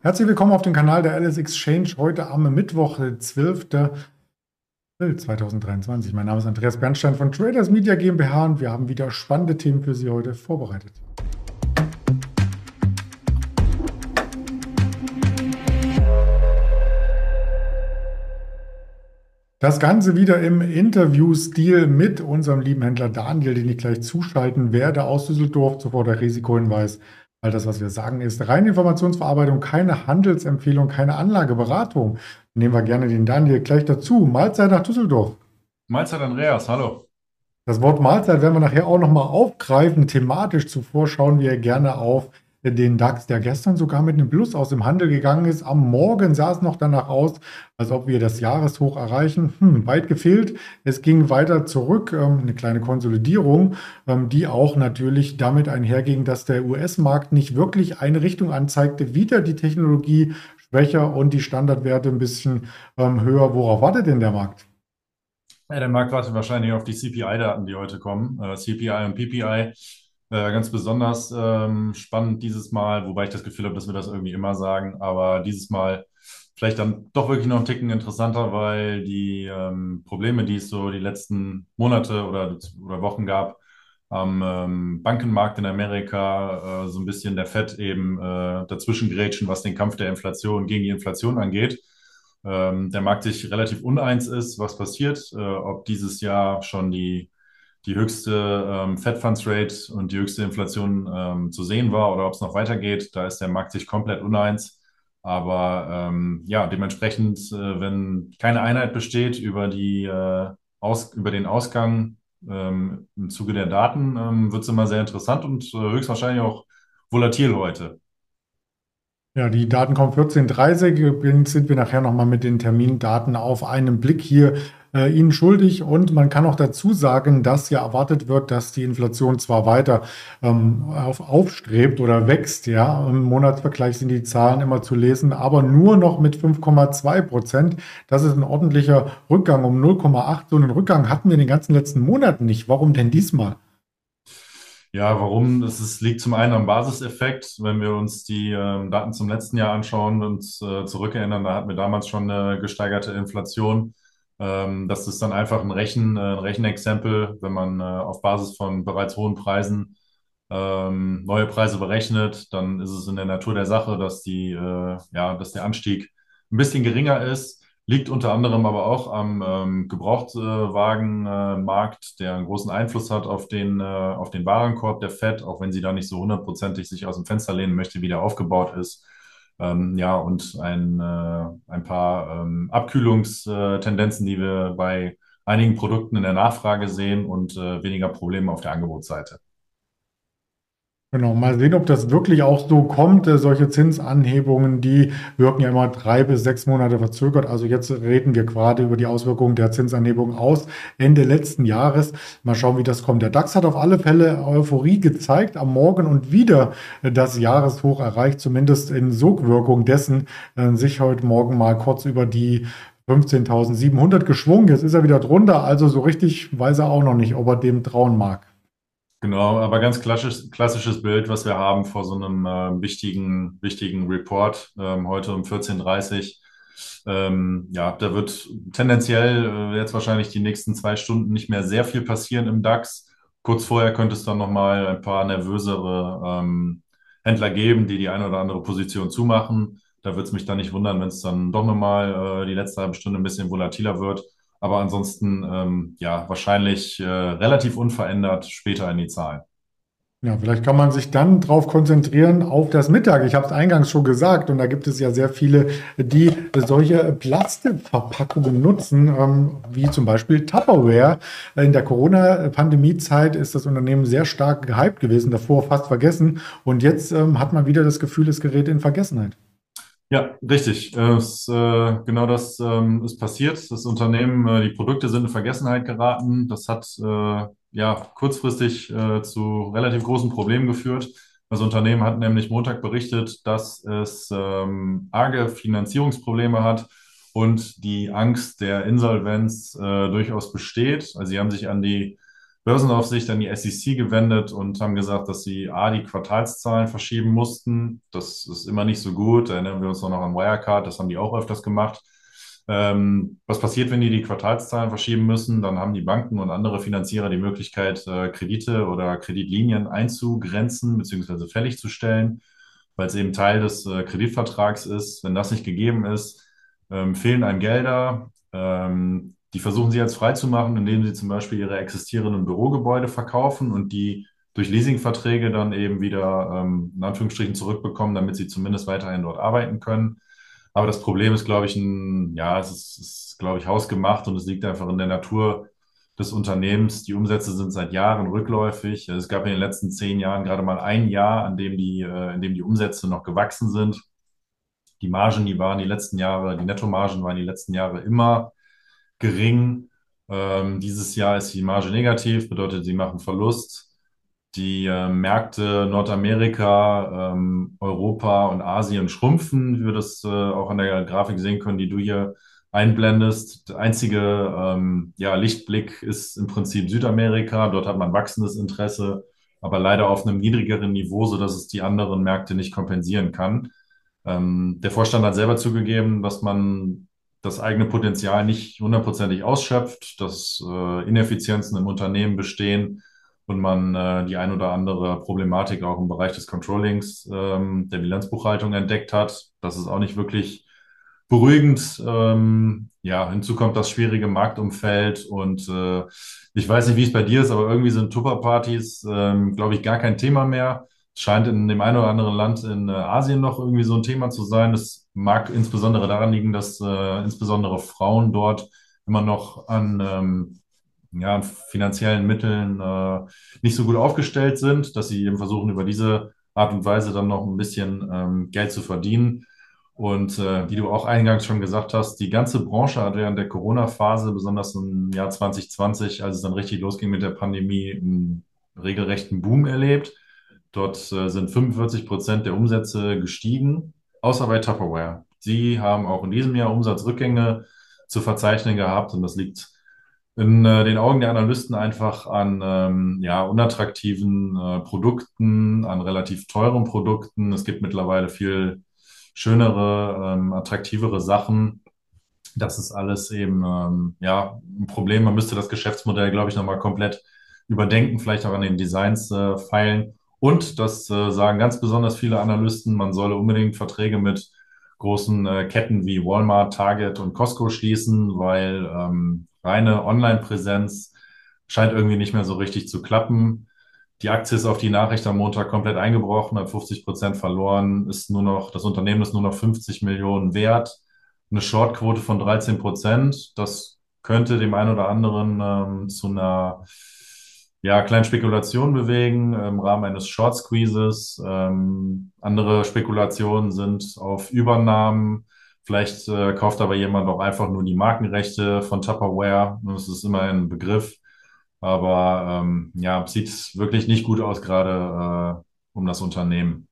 Herzlich willkommen auf dem Kanal der Alice Exchange heute am Mittwoch, 12. April 2023. Mein Name ist Andreas Bernstein von Traders Media GmbH und wir haben wieder spannende Themen für Sie heute vorbereitet. Das Ganze wieder im Interviewstil mit unserem lieben Händler Daniel, den ich gleich zuschalten werde aus Düsseldorf. Zuvor der Risikohinweis. All das, was wir sagen, ist reine Informationsverarbeitung, keine Handelsempfehlung, keine Anlageberatung. Nehmen wir gerne den Daniel gleich dazu. Mahlzeit nach Düsseldorf. Mahlzeit Andreas, hallo. Das Wort Mahlzeit werden wir nachher auch nochmal aufgreifen. Thematisch zuvor schauen wir gerne auf den DAX, der gestern sogar mit einem Plus aus dem Handel gegangen ist. Am Morgen sah es noch danach aus, als ob wir das Jahreshoch erreichen. Weit gefehlt. Es ging weiter zurück, eine kleine Konsolidierung, die auch natürlich damit einherging, dass der US-Markt nicht wirklich eine Richtung anzeigte. Wieder die Technologie schwächer und die Standardwerte ein bisschen höher. Worauf wartet denn der Markt? Ja, der Markt wartet wahrscheinlich auf die CPI-Daten, die heute kommen. CPI und PPI, ganz besonders spannend dieses Mal, wobei ich das Gefühl habe, dass wir das irgendwie immer sagen. Aber dieses Mal vielleicht dann doch wirklich noch einen Ticken interessanter, weil die Probleme, die es so die letzten Monate oder Wochen gab, am Bankenmarkt in Amerika, so ein bisschen der Fed eben dazwischen grätschen, was den Kampf der Inflation gegen die Inflation angeht. Der Markt sich relativ uneins ist, was passiert, ob dieses Jahr schon die höchste Fed Funds Rate und die höchste Inflation zu sehen war oder ob es noch weitergeht. Da ist der Markt sich komplett uneins. Aber ja, dementsprechend, wenn keine Einheit besteht über über den Ausgang im Zuge der Daten, wird es immer sehr interessant und höchstwahrscheinlich auch volatil heute. Ja, die Daten kommen 14:30. Übrigens sind wir nachher nochmal mit den Termindaten auf einen Blick hier Ihnen schuldig. Und man kann auch dazu sagen, dass ja erwartet wird, dass die Inflation zwar weiter aufstrebt oder wächst. Ja, im Monatsvergleich sind die Zahlen immer zu lesen, aber nur noch mit 5,2%. Das ist ein ordentlicher Rückgang um 0,8. So einen Rückgang hatten wir in den ganzen letzten Monaten nicht. Warum denn diesmal? Ja, warum? Es liegt zum einen am Basiseffekt. Wenn wir uns die Daten zum letzten Jahr anschauen und zurückerinnern, da hatten wir damals schon eine gesteigerte Inflation. Das ist dann einfach ein Rechenexempel, wenn man auf Basis von bereits hohen Preisen neue Preise berechnet, dann ist es in der Natur der Sache, dass der Anstieg ein bisschen geringer ist. Liegt unter anderem aber auch am Gebrauchtwagenmarkt, der einen großen Einfluss hat auf den Warenkorb der Fed, auch wenn sie da nicht so hundertprozentig sich aus dem Fenster lehnen möchte, wie der aufgebaut ist. Ja, und ein paar Abkühlungstendenzen, die wir bei einigen Produkten in der Nachfrage sehen und weniger Probleme auf der Angebotsseite. Genau, mal sehen, ob das wirklich auch so kommt. Solche Zinsanhebungen, die wirken ja immer 3 bis 6 Monate verzögert. Also jetzt reden wir gerade über die Auswirkungen der Zinsanhebung aus Ende letzten Jahres. Mal schauen, wie das kommt. Der DAX hat auf alle Fälle Euphorie gezeigt am Morgen und wieder das Jahreshoch erreicht, zumindest in Sogwirkung dessen, sich heute Morgen mal kurz über die 15.700 geschwungen. Jetzt ist er wieder drunter, also so richtig weiß er auch noch nicht, ob er dem trauen mag. Genau, aber ganz klassisches Bild, was wir haben vor so einem wichtigen Report heute um 14:30 Uhr. Ja, da wird tendenziell jetzt wahrscheinlich die nächsten 2 Stunden nicht mehr sehr viel passieren im DAX. Kurz vorher könnte es dann nochmal ein paar nervösere Händler geben, die die eine oder andere Position zumachen. Da wird es mich dann nicht wundern, wenn es dann doch nochmal die letzte halbe Stunde ein bisschen volatiler wird. Aber ansonsten, ja, wahrscheinlich relativ unverändert später in die Zahlen. Ja, vielleicht kann man sich dann darauf konzentrieren auf das Mittag. Ich habe es eingangs schon gesagt und da gibt es ja sehr viele, die solche Plastikverpackungen nutzen, wie zum Beispiel Tupperware. In der Corona-Pandemie-Zeit ist das Unternehmen sehr stark gehypt gewesen, davor fast vergessen und jetzt hat man wieder das Gefühl, es gerät in Vergessenheit. Ja, richtig. Genau das ist passiert. Das Unternehmen, die Produkte sind in Vergessenheit geraten. Das hat ja kurzfristig zu relativ großen Problemen geführt. Das Unternehmen hat nämlich Montag berichtet, dass es arge Finanzierungsprobleme hat und die Angst der Insolvenz durchaus besteht. Also sie haben sich an die Börsenaufsicht an die SEC gewendet und haben gesagt, dass sie die Quartalszahlen verschieben mussten. Das ist immer nicht so gut. Da erinnern wir uns noch an Wirecard, das haben die auch öfters gemacht. Was passiert, wenn die Quartalszahlen verschieben müssen? Dann haben die Banken und andere Finanzierer die Möglichkeit, Kredite oder Kreditlinien einzugrenzen bzw. fällig zu stellen, weil es eben Teil des Kreditvertrags ist. Wenn das nicht gegeben ist, fehlen einem Gelder. Die versuchen sie jetzt freizumachen, indem sie zum Beispiel ihre existierenden Bürogebäude verkaufen und die durch Leasingverträge dann eben wieder in Anführungsstrichen zurückbekommen, damit sie zumindest weiterhin dort arbeiten können. Aber das Problem ist, glaube ich, es ist, glaube ich, hausgemacht und es liegt einfach in der Natur des Unternehmens. Die Umsätze sind seit Jahren rückläufig. Es gab in den letzten 10 Jahren gerade mal ein Jahr, in dem die Umsätze noch gewachsen sind. Die Margen, die waren die letzten Jahre, die Nettomargen waren die letzten Jahre immer gering. Dieses Jahr ist die Marge negativ, bedeutet, sie machen Verlust. Die Märkte Nordamerika, Europa und Asien schrumpfen, wie wir das auch an der Grafik sehen können, die du hier einblendest. Der einzige ja, Lichtblick ist im Prinzip Südamerika. Dort hat man wachsendes Interesse, aber leider auf einem niedrigeren Niveau, sodass es die anderen Märkte nicht kompensieren kann. Der Vorstand hat selber zugegeben, dass man das eigene Potenzial nicht hundertprozentig ausschöpft, dass Ineffizienzen im Unternehmen bestehen und man die ein oder andere Problematik auch im Bereich des Controllings, der Bilanzbuchhaltung entdeckt hat. Das ist auch nicht wirklich beruhigend. Ja, hinzu kommt das schwierige Marktumfeld und ich weiß nicht, wie es bei dir ist, aber irgendwie sind Tupperpartys, glaube ich, gar kein Thema mehr. Es scheint in dem einen oder anderen Land in Asien noch irgendwie so ein Thema zu sein. Das mag insbesondere daran liegen, dass insbesondere Frauen dort immer noch an finanziellen Mitteln nicht so gut aufgestellt sind, dass sie eben versuchen, über diese Art und Weise dann noch ein bisschen Geld zu verdienen. Und wie du auch eingangs schon gesagt hast, die ganze Branche hat während der Corona-Phase, besonders im Jahr 2020, als es dann richtig losging mit der Pandemie, einen regelrechten Boom erlebt. Dort sind 45% der Umsätze gestiegen, außer bei Tupperware. Sie haben auch in diesem Jahr Umsatzrückgänge zu verzeichnen gehabt und das liegt in den Augen der Analysten einfach an ja, unattraktiven Produkten, an relativ teuren Produkten. Es gibt mittlerweile viel schönere, attraktivere Sachen. Das ist alles eben ja, ein Problem. Man müsste das Geschäftsmodell, glaube ich, nochmal komplett überdenken, vielleicht auch an den Designs feilen. Und das sagen ganz besonders viele Analysten, man solle unbedingt Verträge mit großen Ketten wie Walmart, Target und Costco schließen, weil reine Online-Präsenz scheint irgendwie nicht mehr so richtig zu klappen. Die Aktie ist auf die Nachricht am Montag komplett eingebrochen, hat 50% verloren, das Unternehmen ist nur noch 50 Millionen wert, eine Shortquote von 13%. Das könnte dem einen oder anderen zu einer ja, kleinen Spekulation bewegen im Rahmen eines Short Squeezes. Andere Spekulationen sind auf Übernahmen. Vielleicht kauft aber jemand auch einfach nur die Markenrechte von Tupperware. Das ist immer ein Begriff. Aber ja, sieht wirklich nicht gut aus, gerade um das Unternehmen.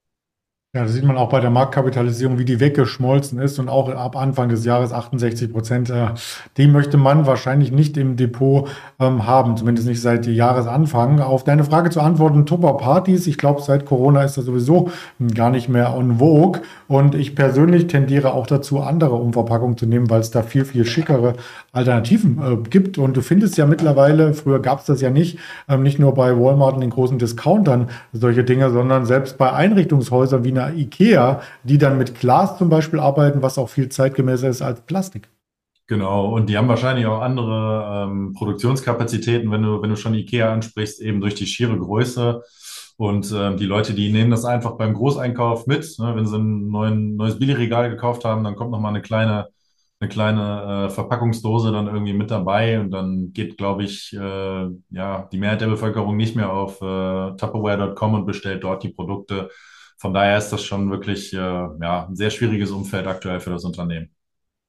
Ja, da sieht man auch bei der Marktkapitalisierung, wie die weggeschmolzen ist und auch ab Anfang des Jahres 68%. Die möchte man wahrscheinlich nicht im Depot haben, zumindest nicht seit Jahresanfang. Auf deine Frage zu antworten, Tupper-Partys, ich glaube, seit Corona ist das sowieso gar nicht mehr en vogue. Und ich persönlich tendiere auch dazu, andere Umverpackungen zu nehmen, weil es da viel, viel schickere Alternativen gibt. Und du findest ja mittlerweile, früher gab es das ja nicht nur bei Walmart und den großen Discountern solche Dinge, sondern selbst bei Einrichtungshäusern wie einer IKEA, die dann mit Glas zum Beispiel arbeiten, was auch viel zeitgemäßer ist als Plastik. Genau, und die haben wahrscheinlich auch andere Produktionskapazitäten, wenn du schon IKEA ansprichst, eben durch die schiere Größe. Und die Leute, die nehmen das einfach beim Großeinkauf mit. Ne? Wenn sie ein neues Billigregal gekauft haben, dann kommt noch mal eine kleine Verpackungsdose dann irgendwie mit dabei. Und dann geht, glaube ich, ja, die Mehrheit der Bevölkerung nicht mehr auf Tupperware.com und bestellt dort die Produkte. Von daher ist das schon wirklich ja, ein sehr schwieriges Umfeld aktuell für das Unternehmen.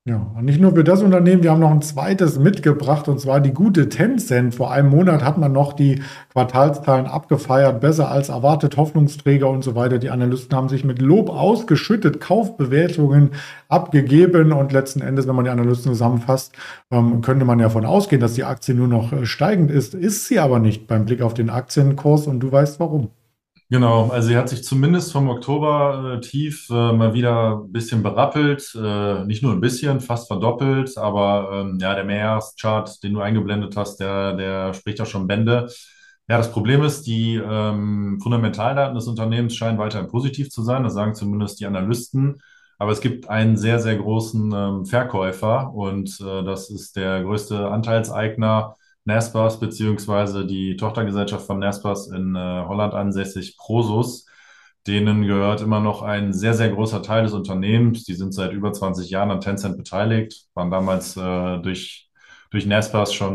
Ja, und nicht nur für das Unternehmen, wir haben noch ein zweites mitgebracht, und zwar die gute Tencent. Vor einem Monat hat man noch die Quartalszahlen abgefeiert, besser als erwartet, Hoffnungsträger und so weiter. Die Analysten haben sich mit Lob ausgeschüttet, Kaufbewertungen abgegeben, und letzten Endes, wenn man die Analysten zusammenfasst, könnte man ja davon ausgehen, dass die Aktie nur noch steigend ist. Ist sie aber nicht beim Blick auf den Aktienkurs, und du weißt warum. Genau, also sie hat sich zumindest vom Oktober tief mal wieder ein bisschen berappelt, nicht nur ein bisschen, fast verdoppelt, aber ja, der Mehrjahrschart, den du eingeblendet hast, der spricht auch schon Bände. Ja, das Problem ist, die Fundamentaldaten des Unternehmens scheinen weiterhin positiv zu sein, das sagen zumindest die Analysten, aber es gibt einen sehr, sehr großen Verkäufer und das ist der größte Anteilseigner Naspers beziehungsweise die Tochtergesellschaft von Naspers in Holland ansässig, Prosus. Denen gehört immer noch ein sehr, sehr großer Teil des Unternehmens. Die sind seit über 20 Jahren an Tencent beteiligt, waren damals durch Naspers schon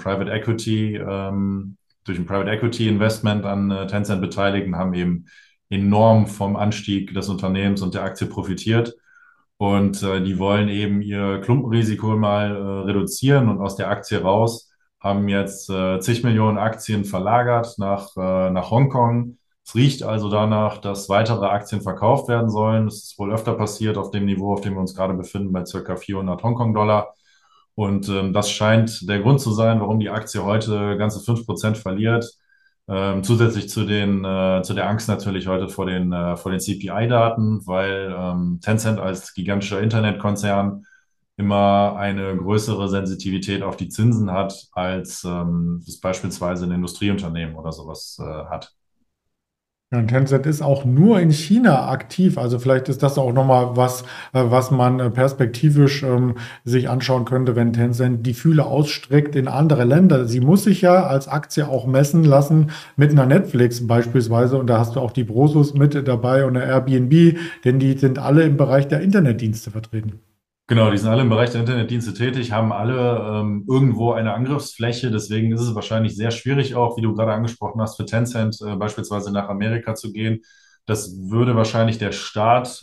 durch ein Private Equity Investment an Tencent beteiligt und haben eben enorm vom Anstieg des Unternehmens und der Aktie profitiert. Und die wollen eben ihr Klumpenrisiko mal reduzieren und aus der Aktie raus haben jetzt zig Millionen Aktien verlagert nach Hongkong. Es riecht also danach, dass weitere Aktien verkauft werden sollen. Das ist wohl öfter passiert auf dem Niveau, auf dem wir uns gerade befinden, bei circa 400 Hongkong-Dollar. Und das scheint der Grund zu sein, warum die Aktie heute ganze 5% verliert. Zusätzlich zu der Angst natürlich heute vor den CPI-Daten, weil Tencent als gigantischer Internetkonzern immer eine größere Sensitivität auf die Zinsen hat, als es beispielsweise ein Industrieunternehmen oder sowas hat. Ja, und Tencent ist auch nur in China aktiv. Also vielleicht ist das auch nochmal was, was man perspektivisch sich anschauen könnte, wenn Tencent die Fühler ausstreckt in andere Länder. Sie muss sich ja als Aktie auch messen lassen mit einer Netflix beispielsweise. Und da hast du auch die Brosus mit dabei und eine Airbnb, denn die sind alle im Bereich der Internetdienste vertreten. Genau, die sind alle im Bereich der Internetdienste tätig, haben alle irgendwo eine Angriffsfläche. Deswegen ist es wahrscheinlich sehr schwierig auch, wie du gerade angesprochen hast, für Tencent beispielsweise nach Amerika zu gehen. Das würde wahrscheinlich der Staat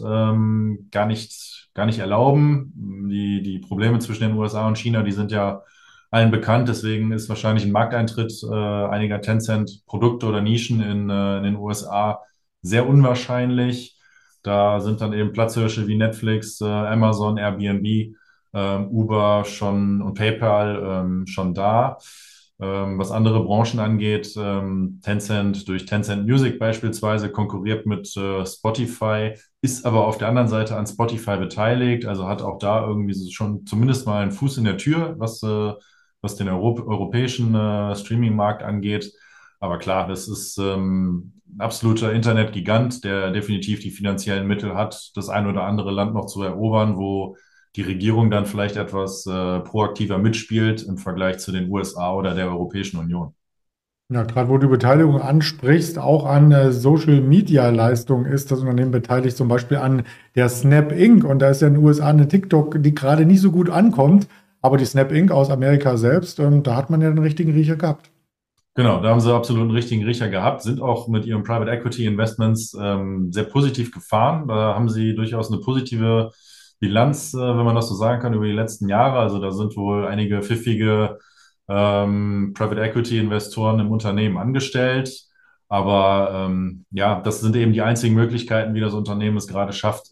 gar nicht erlauben. Die Probleme zwischen den USA und China, die sind ja allen bekannt. Deswegen ist wahrscheinlich ein Markteintritt einiger Tencent-Produkte oder Nischen in den USA sehr unwahrscheinlich. Da sind dann eben Platzhirsche wie Netflix, Amazon, Airbnb, Uber schon und PayPal schon da. Was andere Branchen angeht, Tencent durch Tencent Music beispielsweise konkurriert mit Spotify, ist aber auf der anderen Seite an Spotify beteiligt, also hat auch da irgendwie so schon zumindest mal einen Fuß in der Tür, was den europäischen Streaming-Markt angeht. Aber klar, das ist ein absoluter Internetgigant, der definitiv die finanziellen Mittel hat, das ein oder andere Land noch zu erobern, wo die Regierung dann vielleicht etwas proaktiver mitspielt im Vergleich zu den USA oder der Europäischen Union. Ja, gerade wo du Beteiligung ansprichst, auch an Social-Media-Leistungen ist das Unternehmen beteiligt, zum Beispiel an der Snap Inc. Und da ist ja in den USA eine TikTok, die gerade nicht so gut ankommt, aber die Snap Inc. aus Amerika selbst, da hat man ja den richtigen Riecher gehabt. Genau, da haben sie absolut einen richtigen Riecher gehabt, sind auch mit ihren Private Equity Investments sehr positiv gefahren. Da haben sie durchaus eine positive Bilanz, wenn man das so sagen kann, über die letzten Jahre. Also da sind wohl einige pfiffige Private Equity Investoren im Unternehmen angestellt. Aber ja, das sind eben die einzigen Möglichkeiten, wie das Unternehmen es gerade schafft,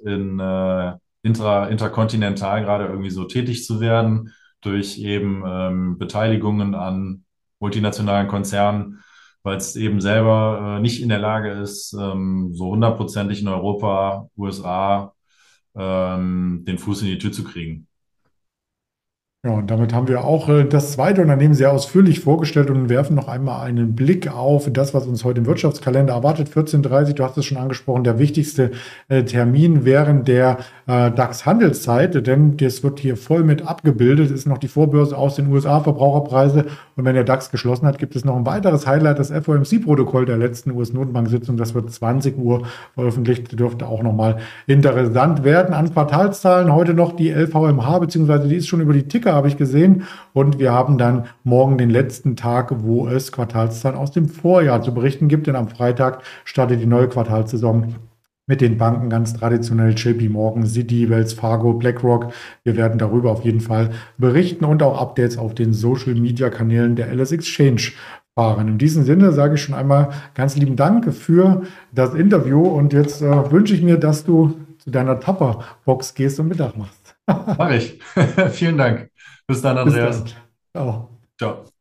interkontinental gerade irgendwie so tätig zu werden, durch eben Beteiligungen an multinationalen Konzernen, weil es eben selber nicht in der Lage ist, so hundertprozentig in Europa, USA den Fuß in die Tür zu kriegen. Ja, und damit haben wir auch das zweite Unternehmen sehr ausführlich vorgestellt und werfen noch einmal einen Blick auf das, was uns heute im Wirtschaftskalender erwartet. 14:30 du hast es schon angesprochen, der wichtigste Termin während der DAX-Handelszeit, denn das wird hier voll mit abgebildet. Es ist noch die Vorbörse aus den USA, Verbraucherpreise. Und wenn der DAX geschlossen hat, gibt es noch ein weiteres Highlight, das FOMC-Protokoll der letzten US-Notenbank-Sitzung. Das wird 20 Uhr veröffentlicht, dürfte auch nochmal interessant werden. An Quartalszahlen heute noch die LVMH, beziehungsweise die ist schon über die Ticker, habe ich gesehen. Und wir haben dann morgen den letzten Tag, wo es Quartalszahlen aus dem Vorjahr zu berichten gibt. Denn am Freitag startet die neue Quartalssaison mit den Banken ganz traditionell, JP Morgan, Citi, Wells Fargo, BlackRock. Wir werden darüber auf jeden Fall berichten und auch Updates auf den Social-Media-Kanälen der LS Exchange fahren. In diesem Sinne sage ich schon einmal ganz lieben Dank für das Interview und jetzt wünsche ich mir, dass du zu deiner Tupperbox gehst und Mittag machst. Mache ich. Vielen Dank. Bis dann, Bis dann. Andreas. Ciao. Ciao.